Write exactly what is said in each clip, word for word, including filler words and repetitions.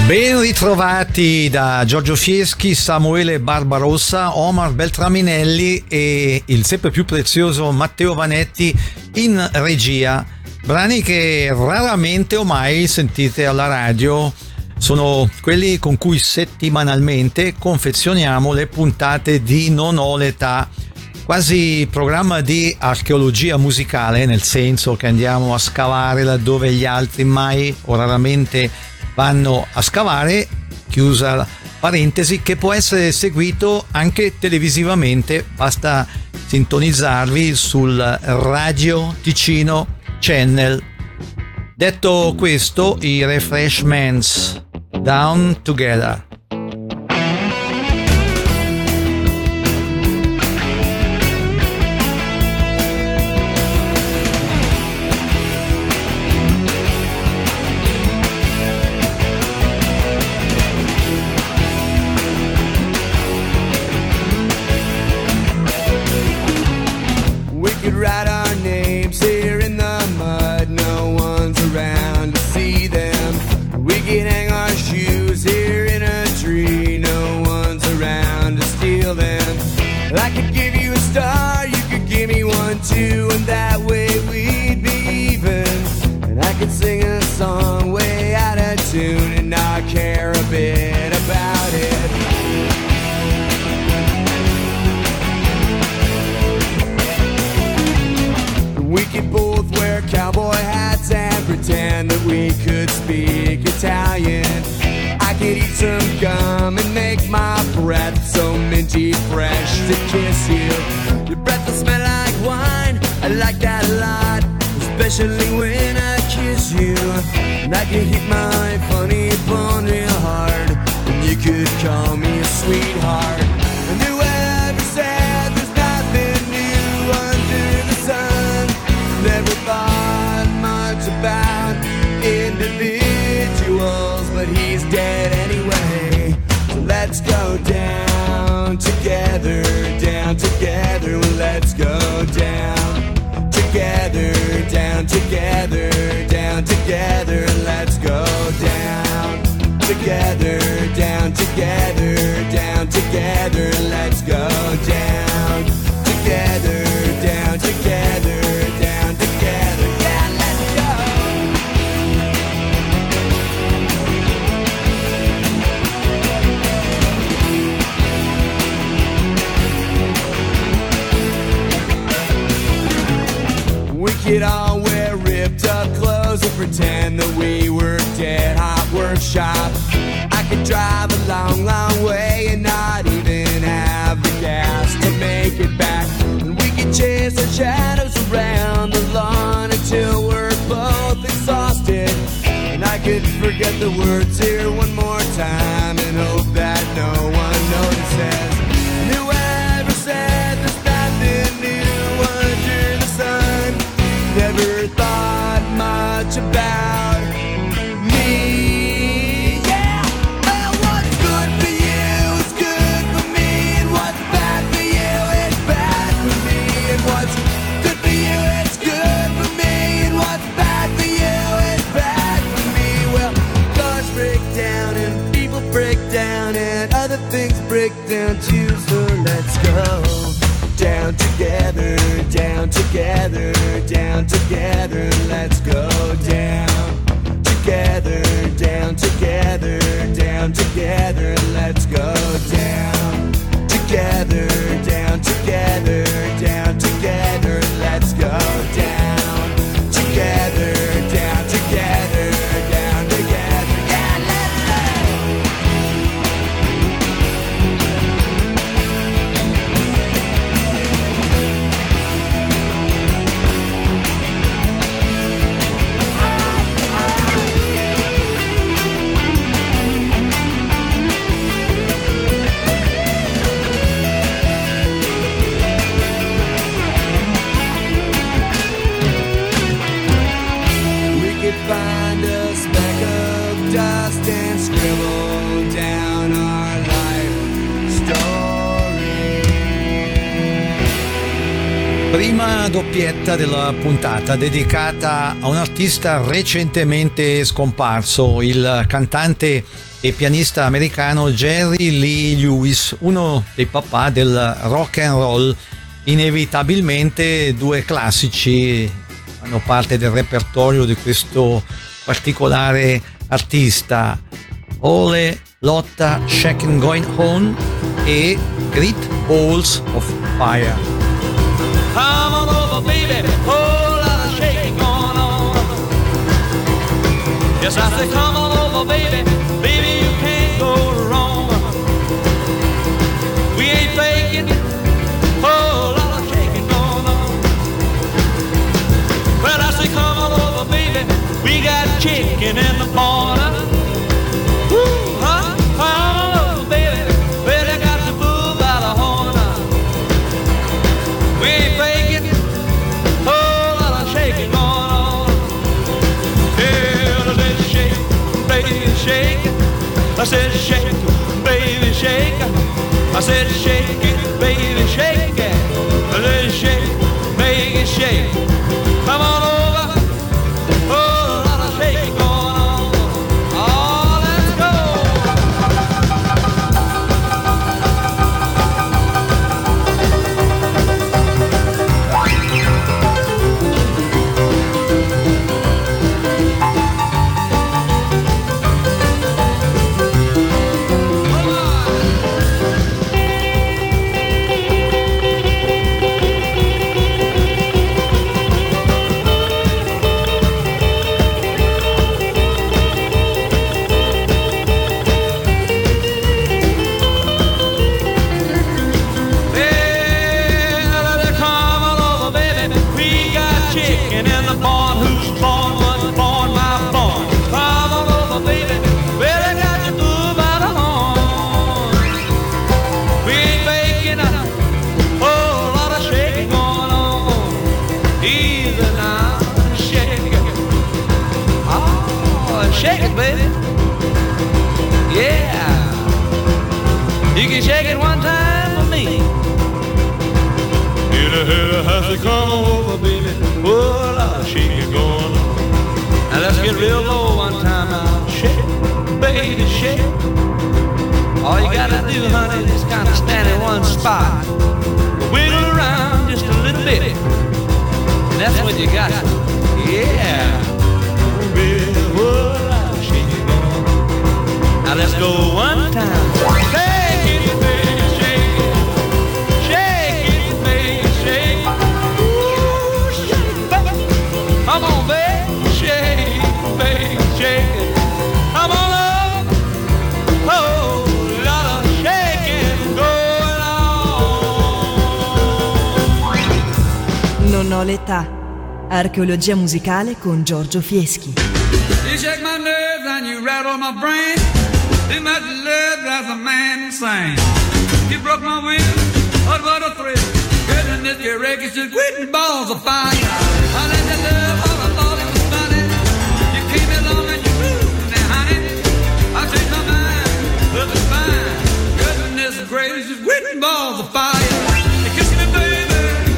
Ben ritrovati da Giorgio Fieschi, Samuele Barbarossa, Omar Beltraminelli e il sempre più prezioso Matteo Vanetti in regia. Brani che raramente o mai sentite alla radio, sono quelli con cui settimanalmente confezioniamo le puntate di Non ho l'età, quasi programma di archeologia musicale, nel senso che andiamo a scavare laddove gli altri mai o raramente vanno a scavare, chiusa parentesi, che può essere seguito anche televisivamente, basta sintonizzarvi sul Radio Ticino Channel. Detto questo, i Refreshments, Down Together. Too, and that way we'd be even. And I could sing a song way out of tune and not care a bit about it. We could both wear cowboy hats and pretend that we could speak Italian. I could eat some gum and make my breath so minty fresh to kiss you. Your breath will smell like wine, I like that a lot, especially when I kiss you. And I could hit my funny bone real hard, and you could call me a sweetheart. And whoever said there's nothing new under the sun never thought much about individuals, but he's dead anyway. So let's go down together, down together, let's go down together, down together, down together, let's go down together, down together, down together, let's go down together, down together, down together, yeah, let's go. We could all wear ripped up clothes and pretend that we were dead hot workshop. I could drive a long, long way and not even have the gas to make it back. And we could chase our shadows around the lawn until we're both exhausted. And I could forget the words here one more time and hope that no one notices. And whoever said there's nothing new under the sun never thought much about me, yeah. Well, what's good for you is good for me, and what's bad for you is bad for me, and what's good for you is good for me, and what's bad for you is bad for me. Well, cars break down and people break down and other things break down too, so let's go down together, down together, down together, let's go down together, down together, down together, let's go down together, down together, down together, let's go down together, down together, down together, yeah, let's go. Find a speck of dust and scribble down our life story. Prima doppietta della puntata dedicata a un artista recentemente scomparso, il cantante e pianista americano Jerry Lee Lewis, uno dei papà del rock and roll. Inevitabilmente due classici fanno parte del repertorio di questo particolare artista: Ole Lotta Shakin' Going Home e Great Balls of Fire. Come on over, baby, whole lot of shaking going on. Yes, I say come on over, baby, baby, you can't go wrong. We ain't faking, whole lot of shaking going on. Well, I say come on over, baby, we got chicken in the corner. Woo, huh? Come on over, baby, well, I got the bull by the horn. We ain't faking, whole lot of shaking going on. Yeah, let's shake, baby, shake. I said shake, baby, shake. I said shake it, baby, shake it. Let's shake, make it shake. Come on over, whole lot of shaking going on. Oh, let's go. Shake it, baby. Yeah. You can shake it one time for me. Hit a hit a has to come over, baby. Oh, Lord, shake it going on. Now let's get real low one time now. Shake it, baby, shake it. All you gotta do, honey, is kind of stand in one spot. Wiggle around just a little bit. And that's what you got. Yeah. Now let's go one time. Shake it, baby, shake it. Shake it, baby, shake it. Ooh, shake it, baby. Come on, baby, shake it, baby, shake it. Come on up. Oh, lot of shaking going on. Non ho l'età. Archeologia musicale con Giorgio Fieschi. You shake my nerves and you rattle my brain. Too much love drives a man insane. You broke my wings, what what a thrill. Goodness, your wreckage just quitting balls of fire. I let you love all I thought it was funny. You came along and you moved now, honey. I changed my mind, look it's fine. Goodness gracious, just quitting balls of fire. You kiss me, baby.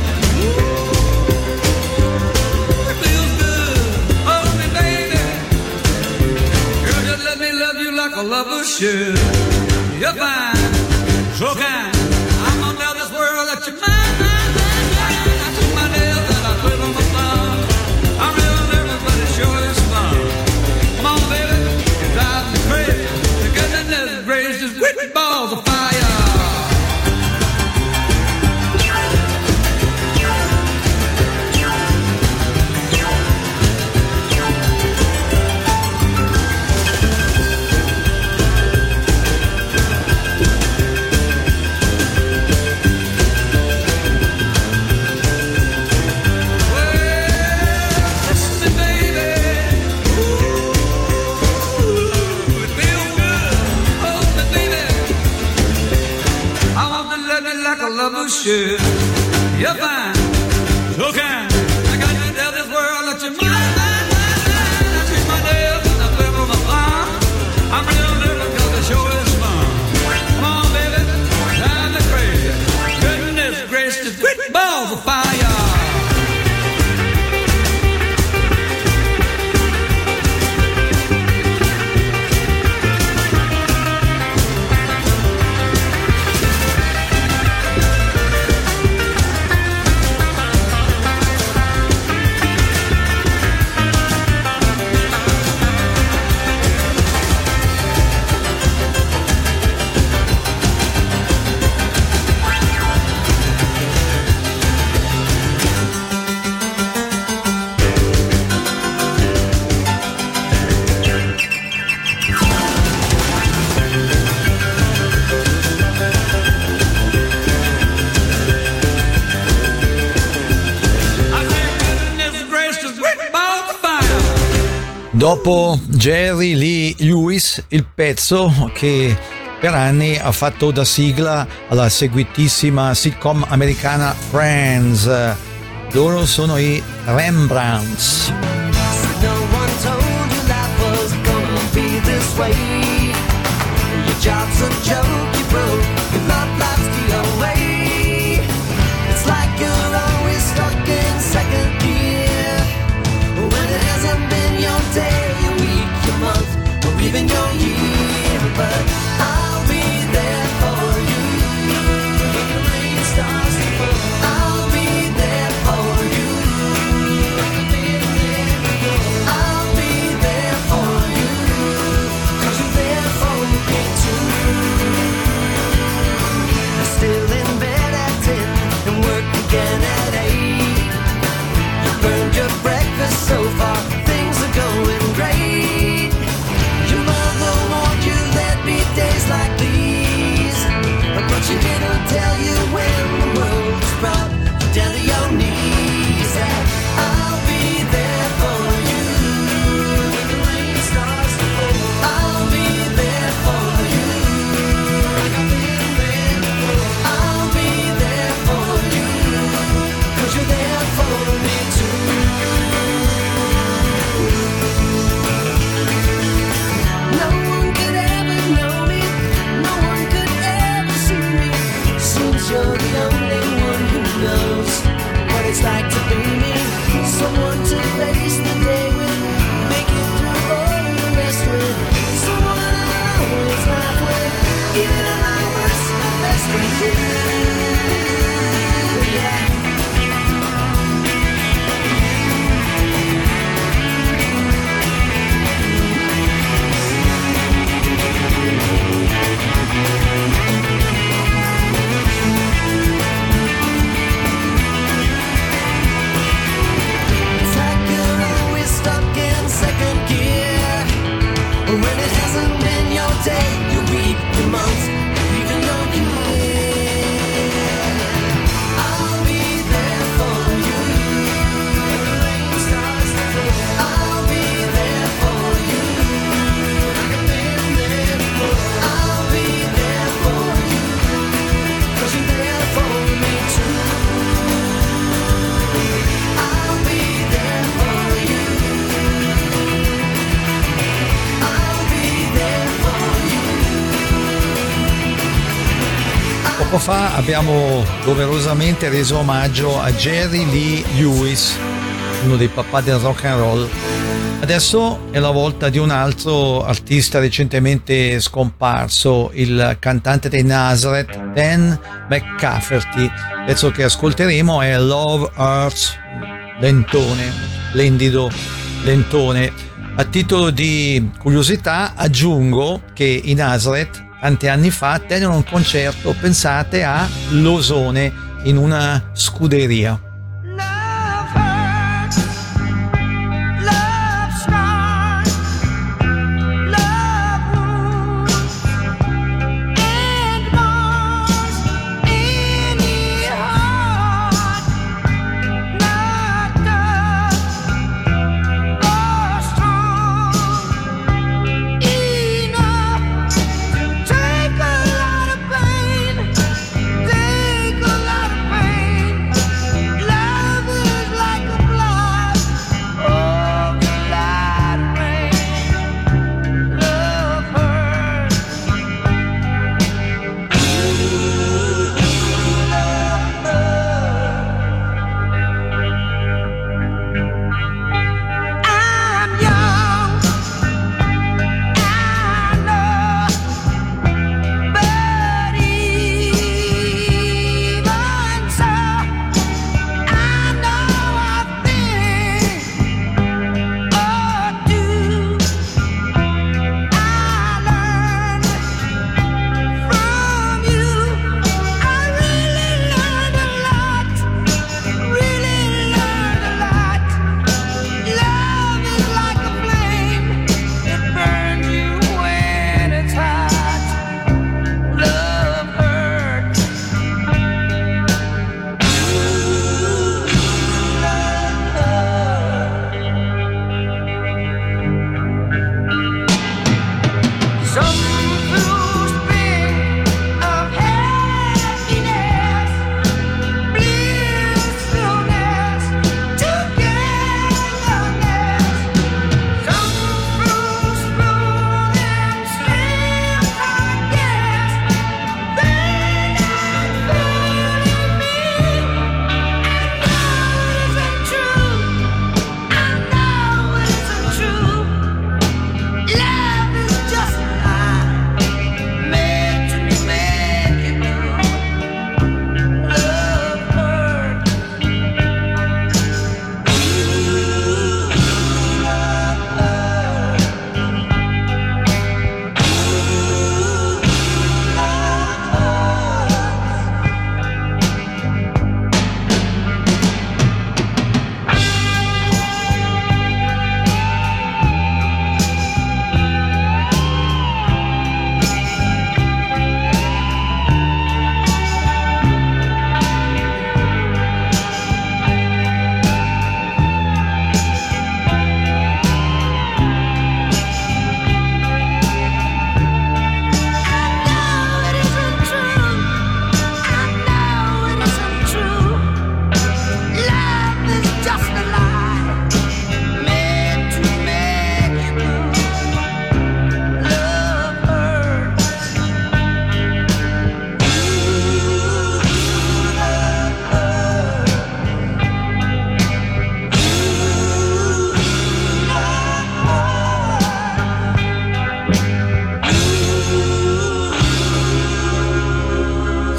Ooh, it feels good. Hold me, baby. Girl, just let me love you like a lover should. You're fine, so kind. I'm gonna tell this world that you're mine, mine, mine, mine. I took my nails and I put on my thumb. I'm real nervous, but it sure is fun. Come on, baby, you drive me crazy. The goodness gracious, just quitting balls of fire. Should. You're fine, so kind. I got to tell this world that you're mine, mine, mine, mine. I treat my nails and I flip on my thumb. I'm real nervous because the show is fun. Come on, baby, drive me crazy. Goodness gracious, quit balls of fire. Dopo Jerry Lee Lewis, il pezzo che per anni ha fatto da sigla alla seguitissima sitcom americana Friends. Loro sono i Rembrandts. No one told you life was gonna be this way. Your job's a joke, you broke. Your love life's the way. It's like you're always stuck in second gear. When it hasn't been your day, your week, your month, or even your year. But I'll be there for you. When the rain starts to fall, I'll be there for you. I'll be there for you. 'Cause you're there for me too. You're still in bed at ten and work again at eight. You burned your breakfast so far, things are going great. Your mother warned you there'd be days like these, but she didn't tell you when the world was brought down to your knees. And I'll be there for you when the rain starts to fall. I'll be there for you like I've been there before. I'll be there for you 'cause you're there for me too. No one could ever know me, no one could ever see me. Since you're the only one who knows what it's like to be me. Someone to face the day with, make it through all the rest with. Someone I always laugh with, even at my worst, my best with you. Yeah. It's like you're always stuck in second gear. When it hasn't been your day, your week, your month, even your year. I'll be there for you when the rain starts to fall. I'll be there for you like I've been there before. I'll be there for you 'cause you're there for me too. I'll be there for you. I'll be there for you. Poco fa abbiamo doverosamente reso omaggio a Jerry Lee Lewis, uno dei papà del rock and roll. Adesso è la volta di un altro artista recentemente scomparso, il cantante dei Nazareth, Dan McCafferty. Il pezzo che ascolteremo è Love Hurts, lentone, splendido lentone. A titolo di curiosità aggiungo che i Nazareth tanti anni fa tennero un concerto, pensate, a Losone, in una scuderia. Love hurts, love scars, love wounds, and mars any heart not tough or strong enough to take a lot of pain, take a lot of pain.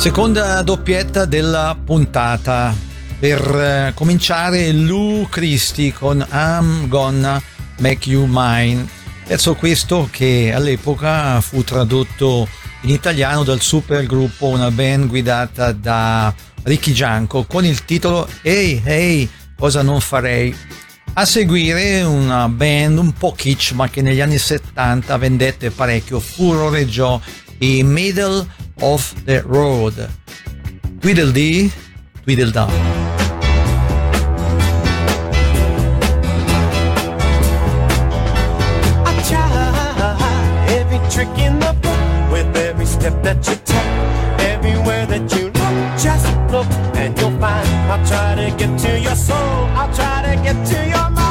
Seconda doppietta della puntata. Per eh, cominciare, Lou Christie con I'm Gonna Make You Mine. Pezzo questo che all'epoca fu tradotto in italiano dal supergruppo, una band guidata da Ricky Gianco, con il titolo Hey Hey, cosa non farei. A seguire una band un po' kitsch, ma che negli anni settanta vendette parecchio, furoreggiò, i Middle of the Road. Tweedledee, Tweedledum. I try every trick in the book with every step that you take, everywhere that you look, just look and you'll find. I'll try to get to your soul, I'll try to get to your mind.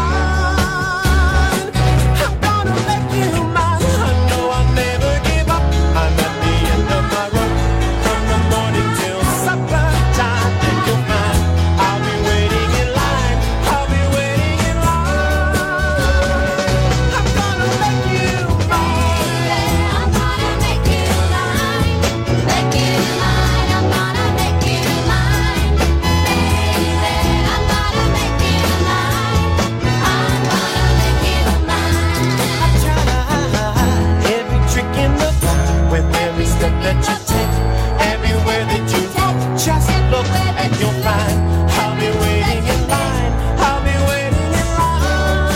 I'm gonna make you mine. I know I'll never give up. I'm at the end of my road, from the morning till supper time. And you'll find I'll be waiting in line, I'll be waiting in line. I'm gonna make you mine. I'm gonna make you mine, make you mine. I'm gonna make you mine, baby. I'm gonna make you mine. I'm gonna make you mine. I try every trick in the book with every step that you take, everywhere that you go, just look and you'll find I'll be waiting in line, I'll be waiting in line.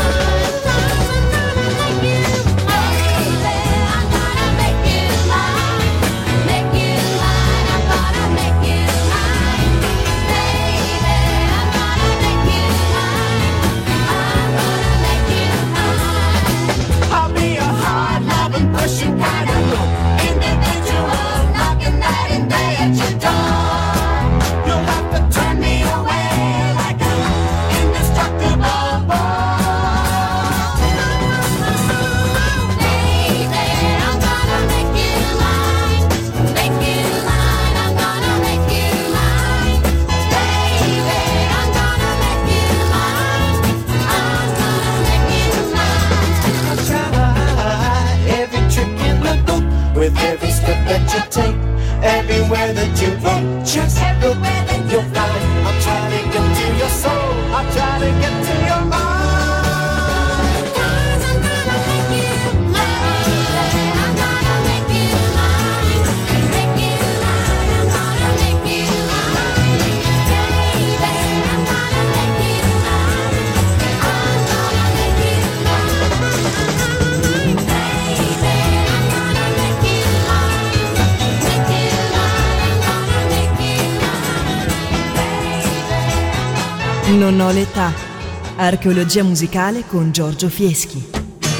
I'm gonna make you mine, make you mine. I'm gonna make you mine, baby. I'm gonna make you mine. I'm gonna make you mine. I'll be a hard loving, pushing kind of look, individual, knocking night and day at your door. You'll have to turn me away like an indestructible ball. Baby, I'm gonna make you mine, make you mine. I'm gonna make you mine, baby. I'm gonna make you mine. I'm gonna make you mine. I try every trick in the book with every step that you take, everywhere that you go, just look and you'll find. I'll try to get to your soul, I'll try to get to your mind. 'Cause I'm gonna make you mine. I'm gonna make you mine, make you mine. I'm gonna make you mine, baby. I'm gonna make you mine. I'm gonna make you mine, baby. I'm gonna make you mine, make you mine. I'm gonna make you mine, baby. Non ho l'età. Archeologia musicale con Giorgio Fieschi.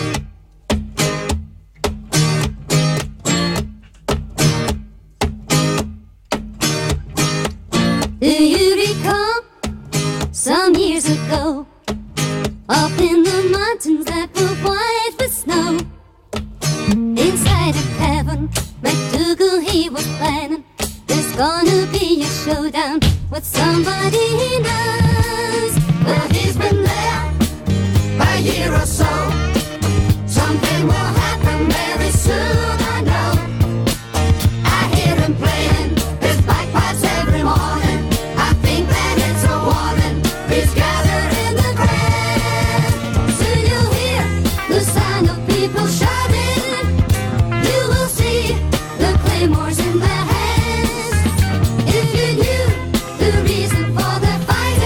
Do you recall some years ago, up in the mountains that were white with snow? Inside a cavern, MacDougal he was planning. There's gonna be a showdown with somebody he knows. Well, he's been there a year or so. Something will happen very soon, I know. I hear him playing his bagpipes every morning. I think that it's a warning. He's gathered in the crowd. Soon you'll hear the sound of people shouting. You will see the claymores in their hands. If you knew the reason for the fight,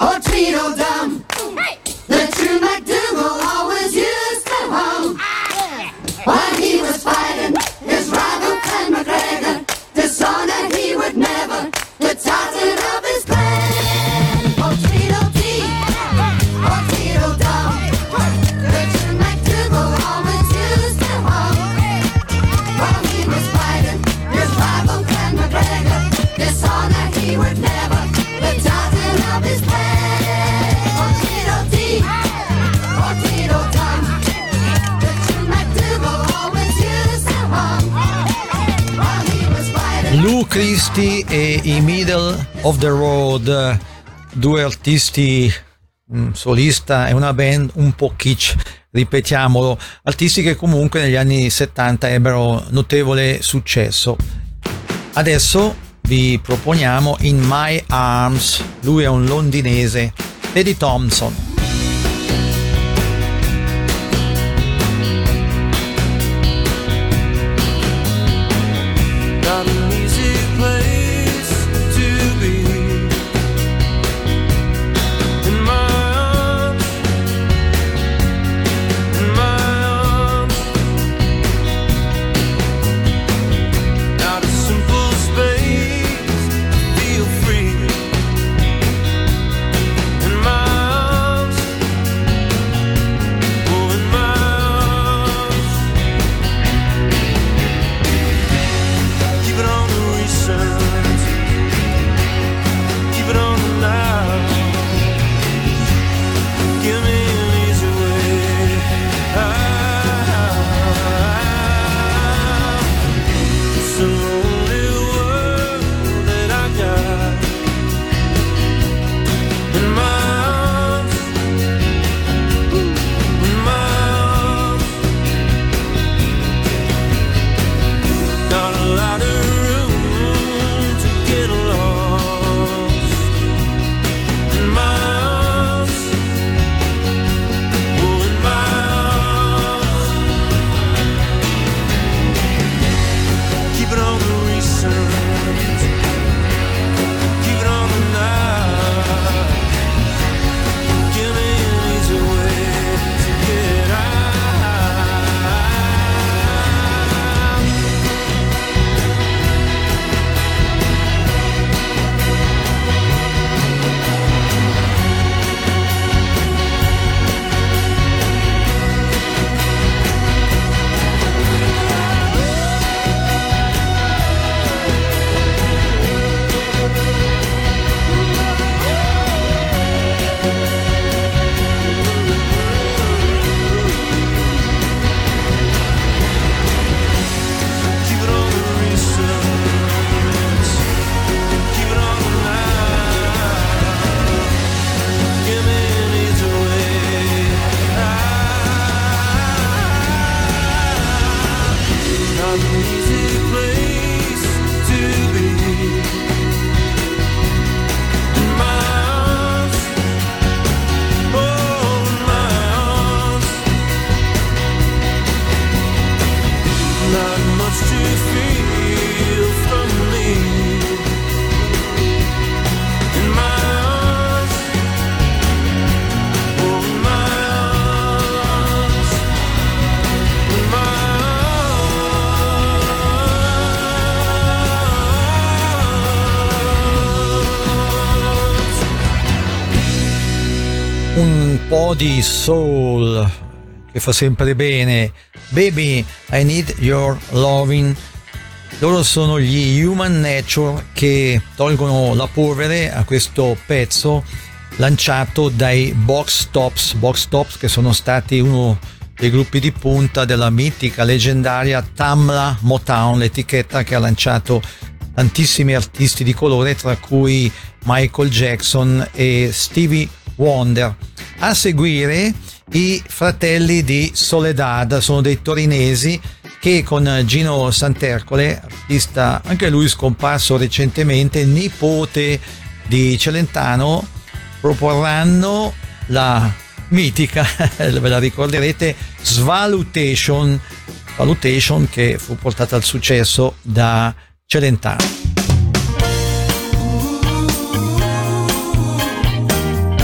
or Tweedledum. The true MacDougal always used to hum while he was fighting his rival Clan MacGregor. Dishonor he would never, the tartan of his clan. Oh Tweedledee, oh Tweedledum. The true MacDougal always used to hum while he was fighting his rival Clan MacGregor. Dishonor he would never, the tartan of his clan. Oh Tweedledee, oh Tweedledum. The true MacDougal always used to hum while he was fighting. Lou Christie e i Middle of the Road, due artisti, un solista e una band un po' kitsch, ripetiamolo, artisti che comunque negli anni settanta ebbero notevole successo. Adesso vi proponiamo In My Arms, lui è un londinese, Teddy Thompson. Not an easy place to be. In my arms, in my arms. Not a simple space to feel free. In my arms, oh, in my arms. Keep it on the research. Keep it on the now. Give me an easy way out. It's a lonely world that I got. In my arms, in my arms. Got a lot of room to get lost. In my arms, oh, in my arms. Keep it on the research. Keep it on the now. Give me an easy way to get out. Keep it on the research. Keep it on the now. Give me an easy way out. Not an easy place to be. In my arms, oh, in my arms. Not much to feel from me. In my arms, oh, in my arms, in my arms. Un po' di soul che fa sempre bene. Baby, I Need Your Loving. Loro sono gli Human Nature che tolgono la polvere a questo pezzo lanciato dai Box Tops, Box Tops che sono stati uno dei gruppi di punta della mitica, leggendaria Tamla Motown, l'etichetta che ha lanciato tantissimi artisti di colore, tra cui Michael Jackson e Stevie Wonder. A seguire i fratelli di Soledad, sono dei torinesi che con Gino Santercole, artista anche lui scomparso recentemente, nipote di Celentano, proporranno la mitica, ve la ricorderete, Svalutation, Svalutation che fu portata al successo da Celentano.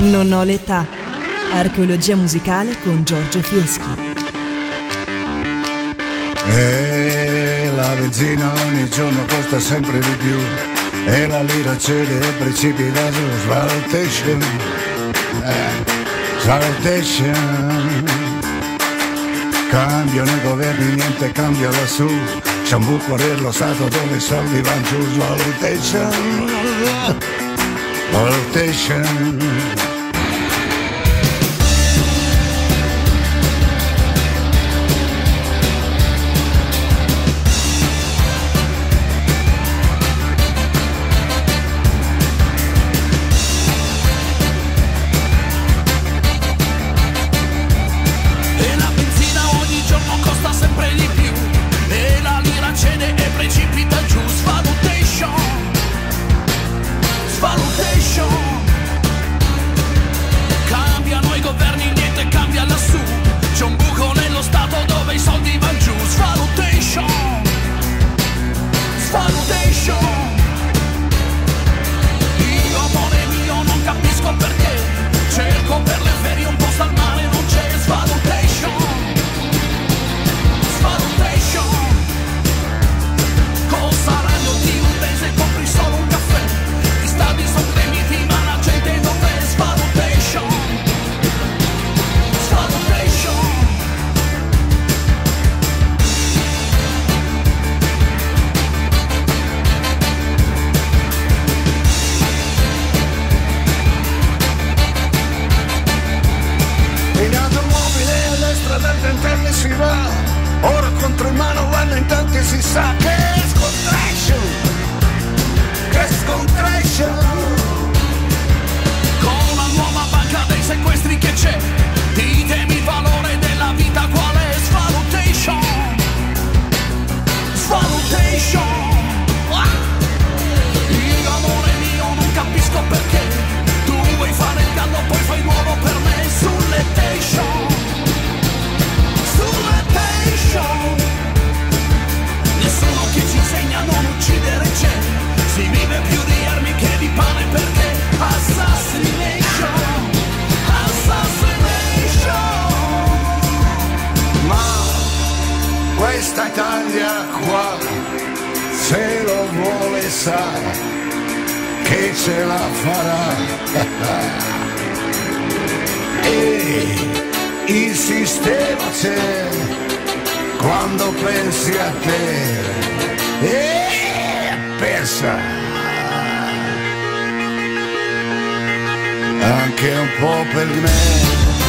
Non ho l'età. Archeologia musicale con Giorgio Fieschi. E la benzina ogni giorno costa sempre di più e la lira cede e precipita su. Svalutation, eh, svalutation. Cambiano i governi, niente cambia lassù. C'è un buco nello stato dove i soldi vanno giù. Svalutation, svalutation. Questa Italia qua, se lo vuole sa che ce la farà. E il sistema c'è quando pensi a te. E pensa anche un po' per me.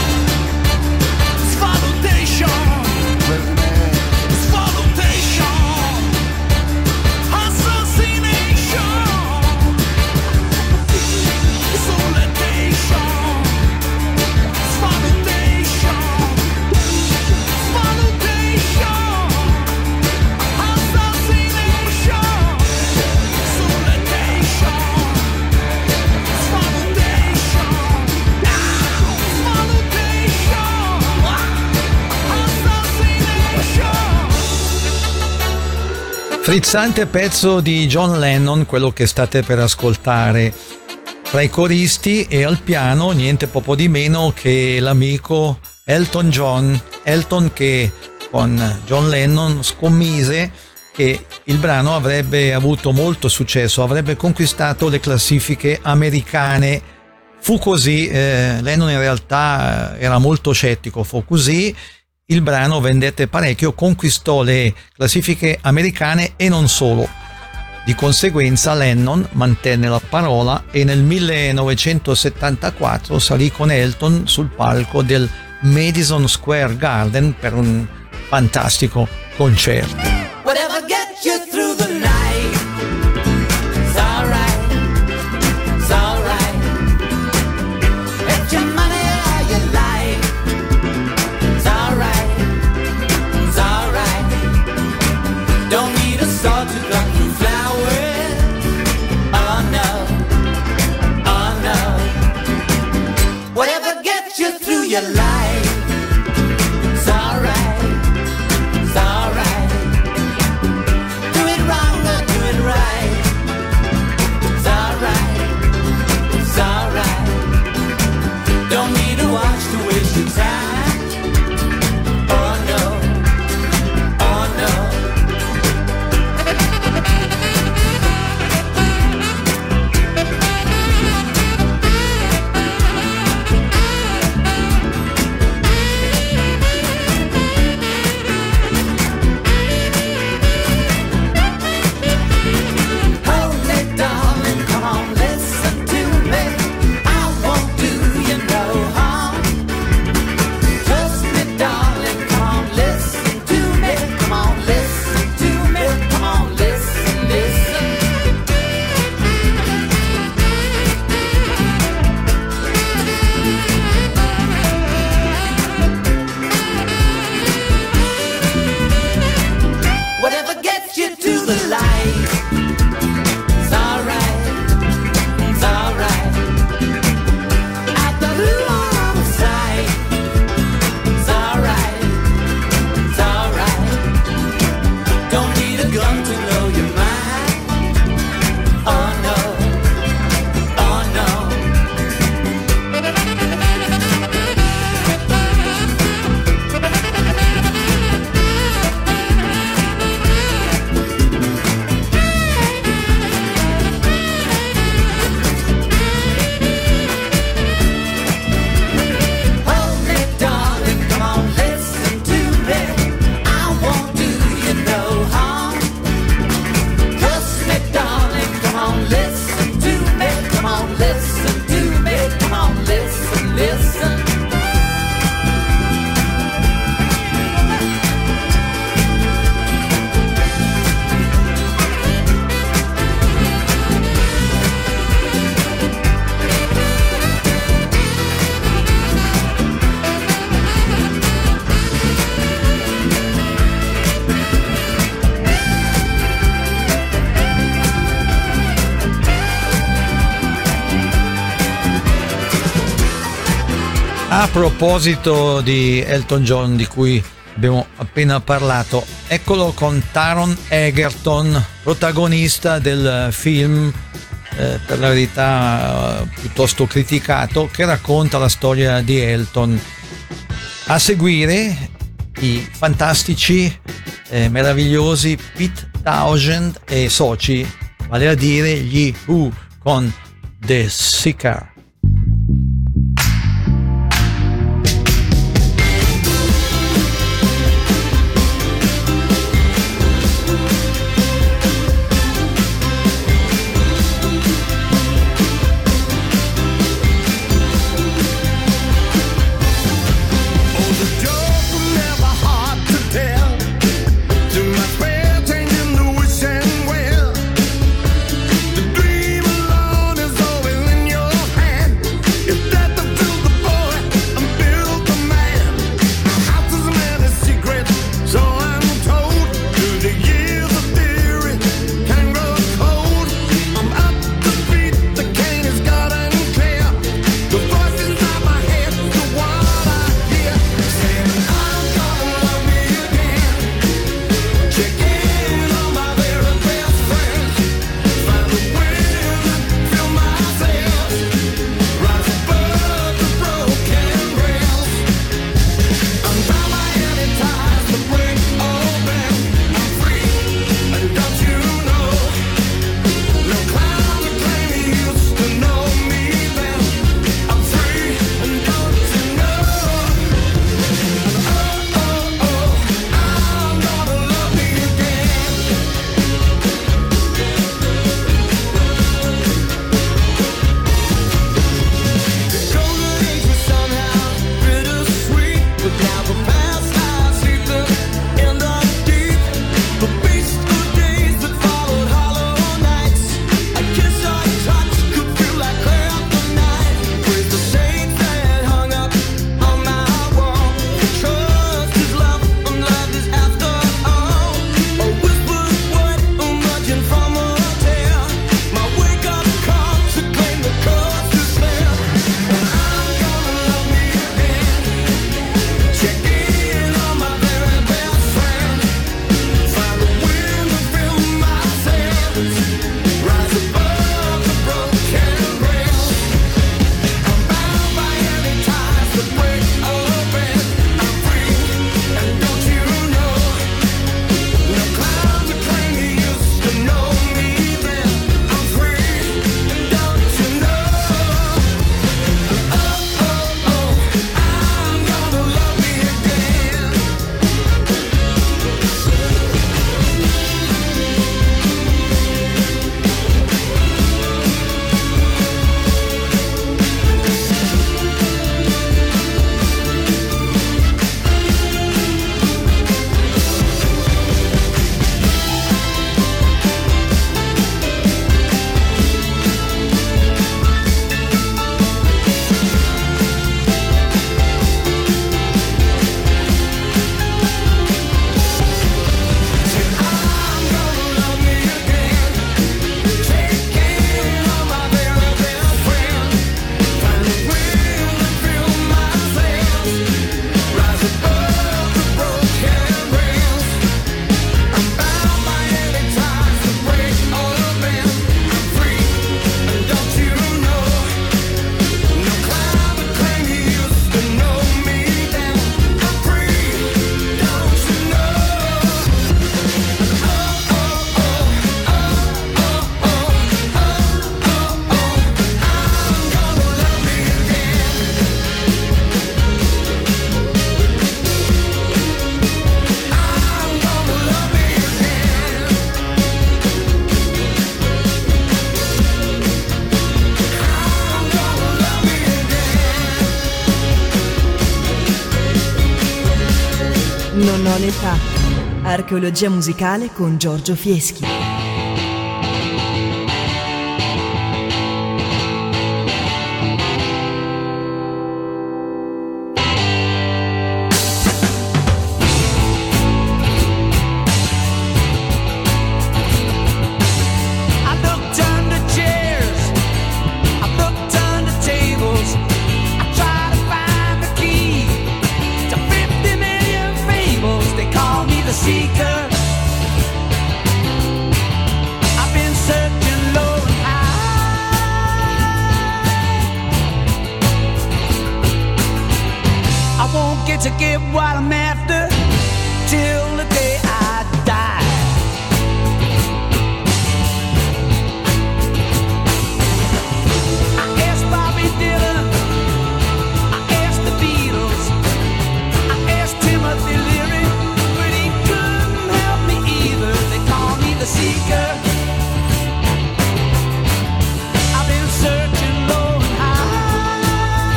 Frizzante pezzo di John Lennon, quello che state per ascoltare. Tra i coristi e al piano niente poco di meno che l'amico Elton John. Elton che con John Lennon scommise che il brano avrebbe avuto molto successo, avrebbe conquistato le classifiche americane. Fu così, eh, Lennon in realtà era molto scettico, fu così. Il brano vendette parecchio, conquistò le classifiche americane e non solo. Di conseguenza Lennon mantenne la parola e nel millenovecentosettantaquattro salì con Elton sul palco del Madison Square Garden per un fantastico concerto. Whatever gets you through the night, it's alright, it's alright. It's your money or your life, it's alright, it's alright. Don't need a sword to cut through flowers, oh no, oh no. Whatever gets you through your life, it's alright, it's alright. Do it wrong A proposito di Elton John, di cui abbiamo appena parlato, eccolo con Taron Egerton, protagonista del film, eh, per la verità eh, piuttosto criticato, che racconta la storia di Elton. A seguire i fantastici, eh, meravigliosi Pete Townshend e soci, vale a dire gli Who, con The Seeker. Non ho l'età. Archeologia musicale con Giorgio Fieschi. Find the to get what I'm after till the day I die. I asked Bobby Dylan, I asked the Beatles, I asked Timothy Leary, but he couldn't help me either. They call me the seeker. I've been searching low and high.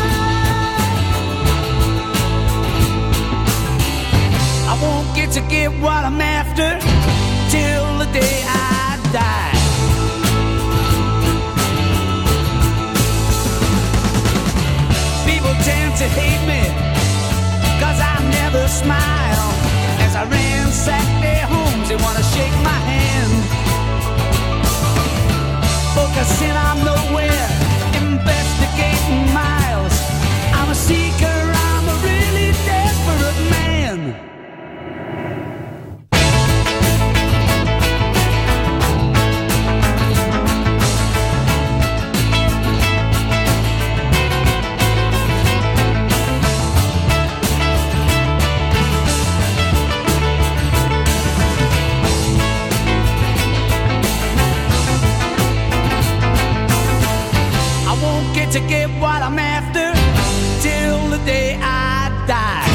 I won't get to get what I'm after till the day I die. People tend to hate me 'cause I never smile. As I ransack their homes, they wanna shake my hand. Focusing on nowhere, investigating miles. I'm a seeker, I'm a really desperate man. To get what I'm after till the day I die.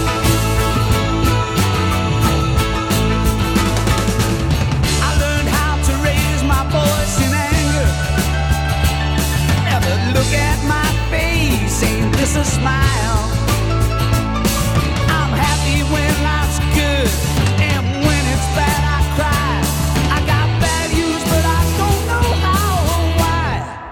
I learned how to raise my voice in anger. Never look at my face, ain't this a smile? I'm happy when life's good, and when it's bad I cry. I got values but I don't know how or why.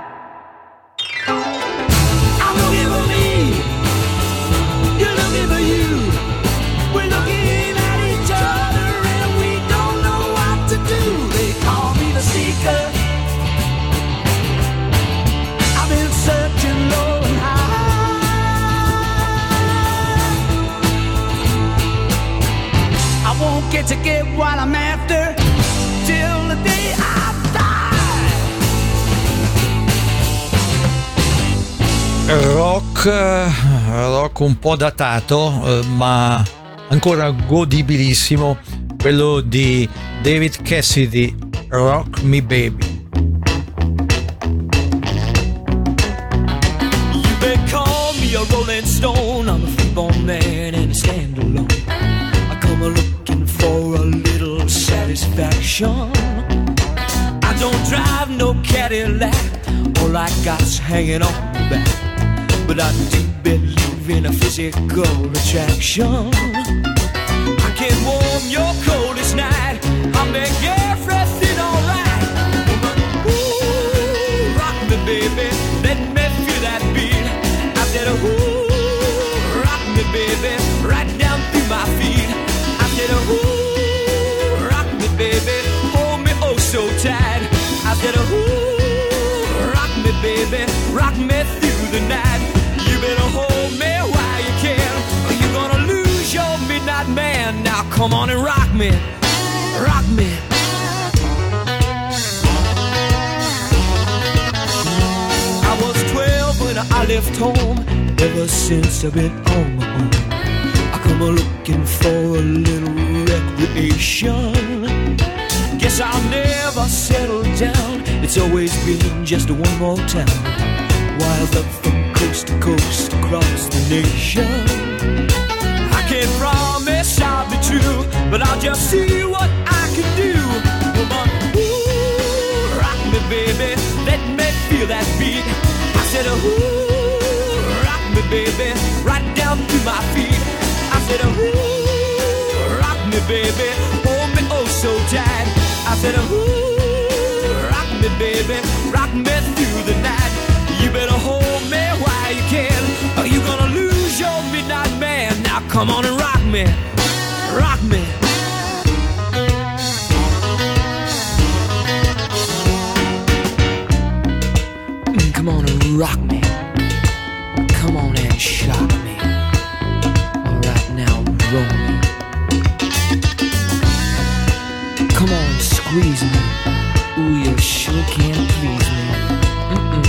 I'm looking for me, you're looking for you. We're looking at each other and we don't know what to do. They call me the seeker. I've been searching low and high. I won't get to get what I'm after till the day I die. Rock, eh, rock un po' datato, eh, ma ancora godibilissimo, quello di David Cassidy, Rock Me Baby. You may call me a rolling stone, I'm a freeborn man and I stand alone. I come a looking for a little satisfaction. I don't drive no Cadillac, all I got's hanging on the back. But I do believe in a physical attraction. I can warm your coldest night, I'll make everything alright. Ooh, rock me baby, let me feel that beat. I said ooh, rock me baby, right down through my feet. I said ooh, rock me baby, hold me oh so tight. I said ooh, rock me baby, rock me through the night. You better hold me while you can, or you're gonna lose your midnight man. Now come on and rock me, rock me. I was twelve when I left home. Ever since I've been on my own, I come a looking for a little recreation. Guess I'll never settle down. It's always been just one more town. Wild up from coast to coast across the nation. I can't promise I'll be true, but I'll just see what I can do. Come on, ooh, rock me baby, let me feel that beat. I said ooh, rock me baby, right down to my feet. I said ooh, rock me baby, hold me oh so tight. I said ooh, rock me baby, rock me through the night. You better hold me while you can, or you gonna lose your midnight man. Now come on and rock me, rock me. Mm, come on and rock me. Come on and shock me. All right now, roll me. Come on, squeeze me. Ooh, you sure can't please me.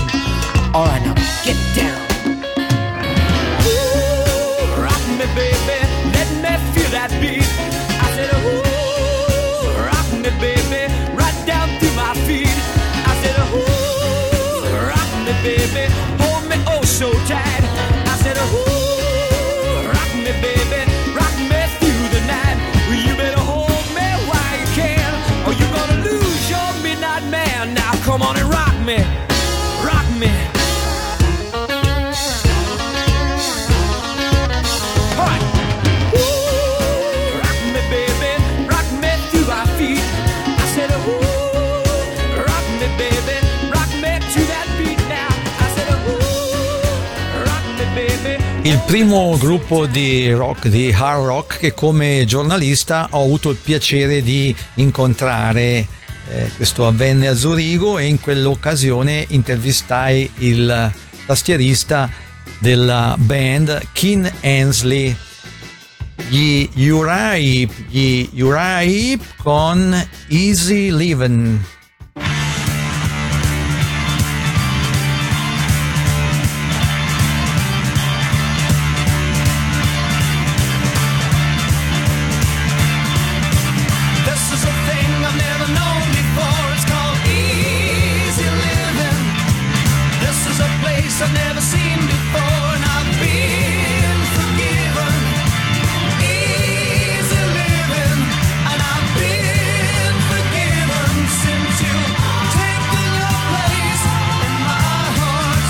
Mm-mm. All right, now get down. Ooh, rock me, baby. baby, hold me oh so tight. I said, ooh, rock me, baby, rock me through the night. Well, you better hold me while you can, or you're gonna lose your midnight man. Now come on and rock me, rock me. All right. Ooh, rock me, baby, rock me through our feet. I said, ooh, rock me, baby, rock me to that beat now. I said, ooh, rock me, baby. Il primo gruppo di rock, di hard rock, che come giornalista ho avuto il piacere di incontrare. Eh, questo avvenne a Zurigo e in quell'occasione intervistai il tastierista della band, Ken Hensley, gli Uriah, gli Uriah con Easy Livin'. I've never seen before, and I've been forgiven. Easy living, and I've been forgiven since you've taken your place in my heart.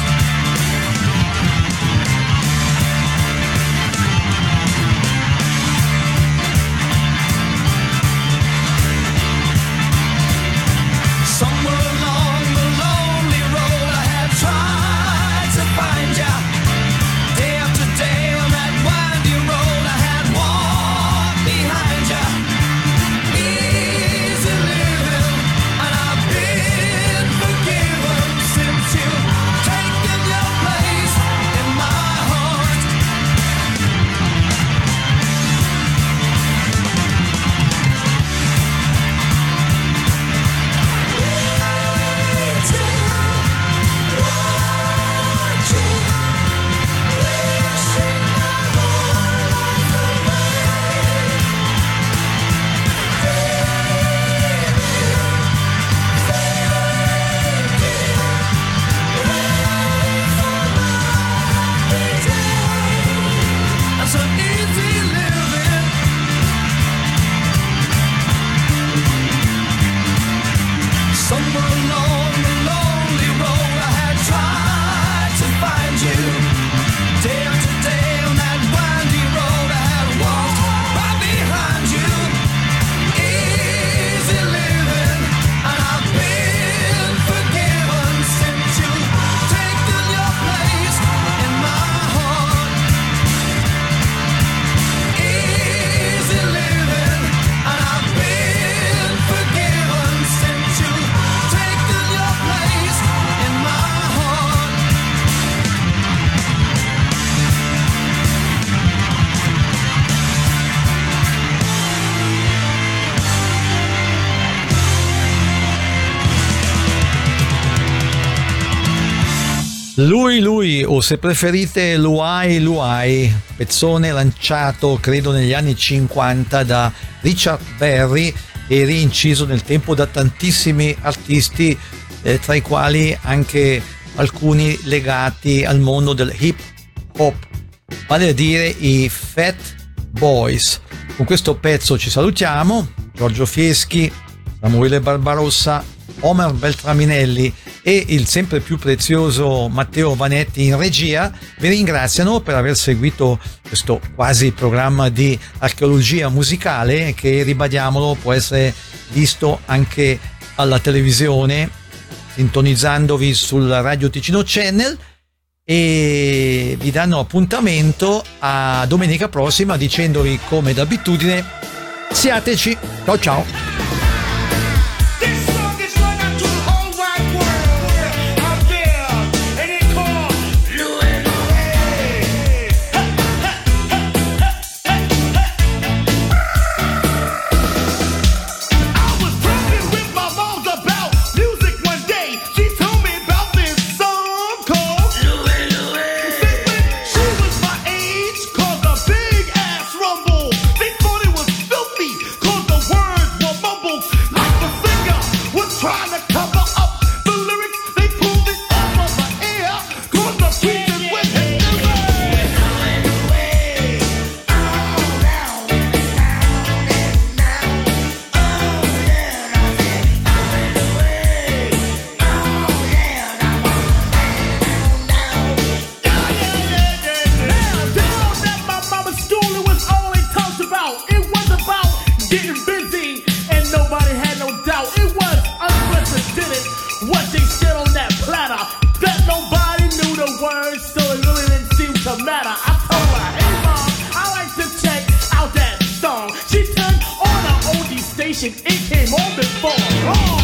Somewhere along the lonely road I have tried to find ya. Day after day on that winding road I had walked behind ya. Easy living, and I've been forgiven since you've taken your place in my heart. I'm so easy living. Somewhere along the lonely road I had tried to find you. Day after day on that winding road I had walked right behind you. Easy living, and I've been forgiven since you've taken your place in my heart. Easy living, and I've been forgiven since you've taken your place in my heart. Lui Lui, o se preferite Luai Luai, pezzone lanciato credo negli anni cinquanta da Richard Berry e rinciso nel tempo da tantissimi artisti, eh, tra i quali anche alcuni legati al mondo del hip hop, vale a dire i Fat Boys. Con questo pezzo ci salutiamo. Giorgio Fieschi, Samuele Barbarossa, Omar Beltraminelli e il sempre più prezioso Matteo Vanetti in regia vi ringraziano per aver seguito questo quasi programma di archeologia musicale che, ribadiamolo, può essere visto anche alla televisione sintonizzandovi sul Radio Ticino Channel, e vi danno appuntamento a domenica prossima dicendovi come d'abitudine: siateci, ciao ciao. They thought it was filthy, cause the words were mumbled. generation, it came on before. Oh,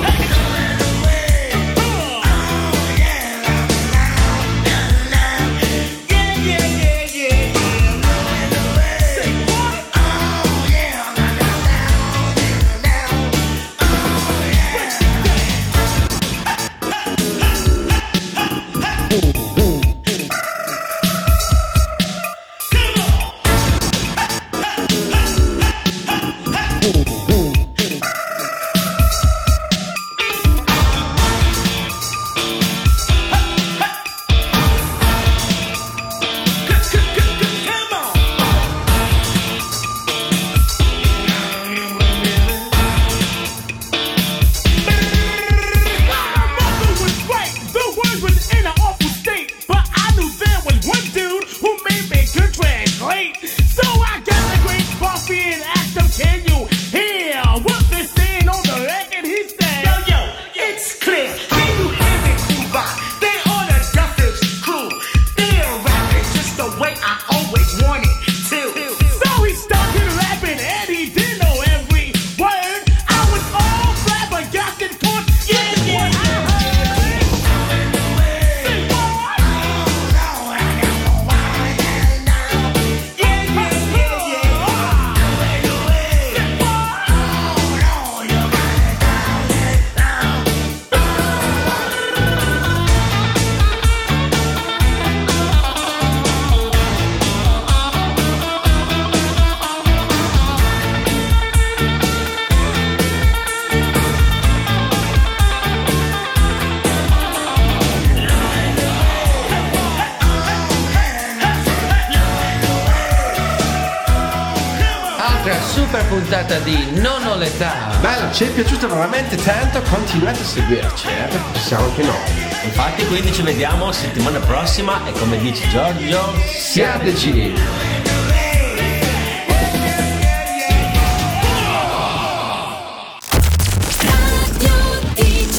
super puntata di Non ho l'età. Bella, ci è piaciuta veramente tanto, continuate a seguirci, eh, perché siamo anche noi. Infatti, quindi ci vediamo settimana prossima e come dice Giorgio, siateci!